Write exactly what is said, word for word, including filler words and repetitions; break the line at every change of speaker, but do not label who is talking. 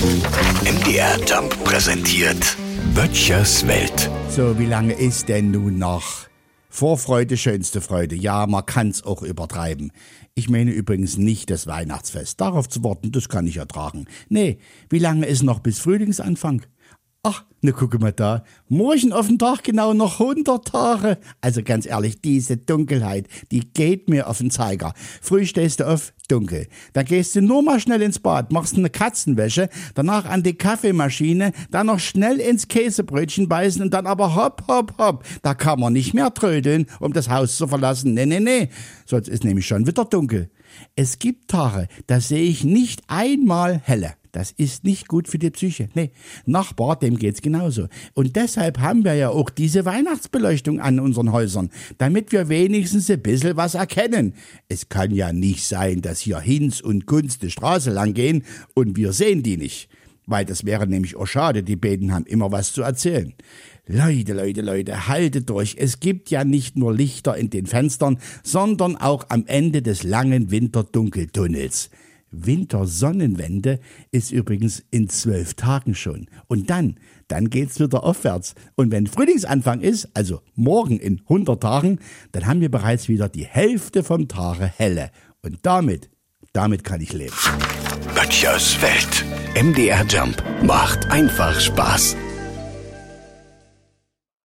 M D R Jump präsentiert Böttchers Welt.
So, wie lange ist denn nun noch? Vorfreude, schönste Freude. Ja, man kann's auch übertreiben. Ich meine übrigens nicht das Weihnachtsfest. Darauf zu warten, das kann ich ertragen. Nee, wie lange ist noch bis Frühlingsanfang? Ach, ne, gucke mal da. Morgen auf den Tag genau noch hundert Tage. Also ganz ehrlich, diese Dunkelheit, die geht mir auf den Zeiger. Früh stehst du auf, dunkel. Dann gehst du nur mal schnell ins Bad, machst eine Katzenwäsche, danach an die Kaffeemaschine, dann noch schnell ins Käsebrötchen beißen und dann aber hopp, hopp, hopp. Da kann man nicht mehr trödeln, um das Haus zu verlassen. Nee, nee, nee. Sonst ist nämlich schon wieder dunkel. Es gibt Tage, da sehe ich nicht einmal helle. Das ist nicht gut für die Psyche. Nee, Nachbar, dem geht's genauso. Und deshalb haben wir ja auch diese Weihnachtsbeleuchtung an unseren Häusern, damit wir wenigstens ein bisschen was erkennen. Es kann ja nicht sein, dass hier Hinz und Kunz die Straße lang gehen und wir sehen die nicht. Weil das wäre nämlich auch schade, die beiden haben immer was zu erzählen. Leute, Leute, Leute, haltet durch. Es gibt ja nicht nur Lichter in den Fenstern, sondern auch am Ende des langen Winterdunkeltunnels. Wintersonnenwende ist übrigens in zwölf Tagen schon. Und dann, dann geht's wieder aufwärts. Und wenn Frühlingsanfang ist, also morgen in hundert Tagen, dann haben wir bereits wieder die Hälfte vom Tage helle. Und damit, damit kann ich leben.
Böttchers Welt. M D R Jump macht einfach Spaß.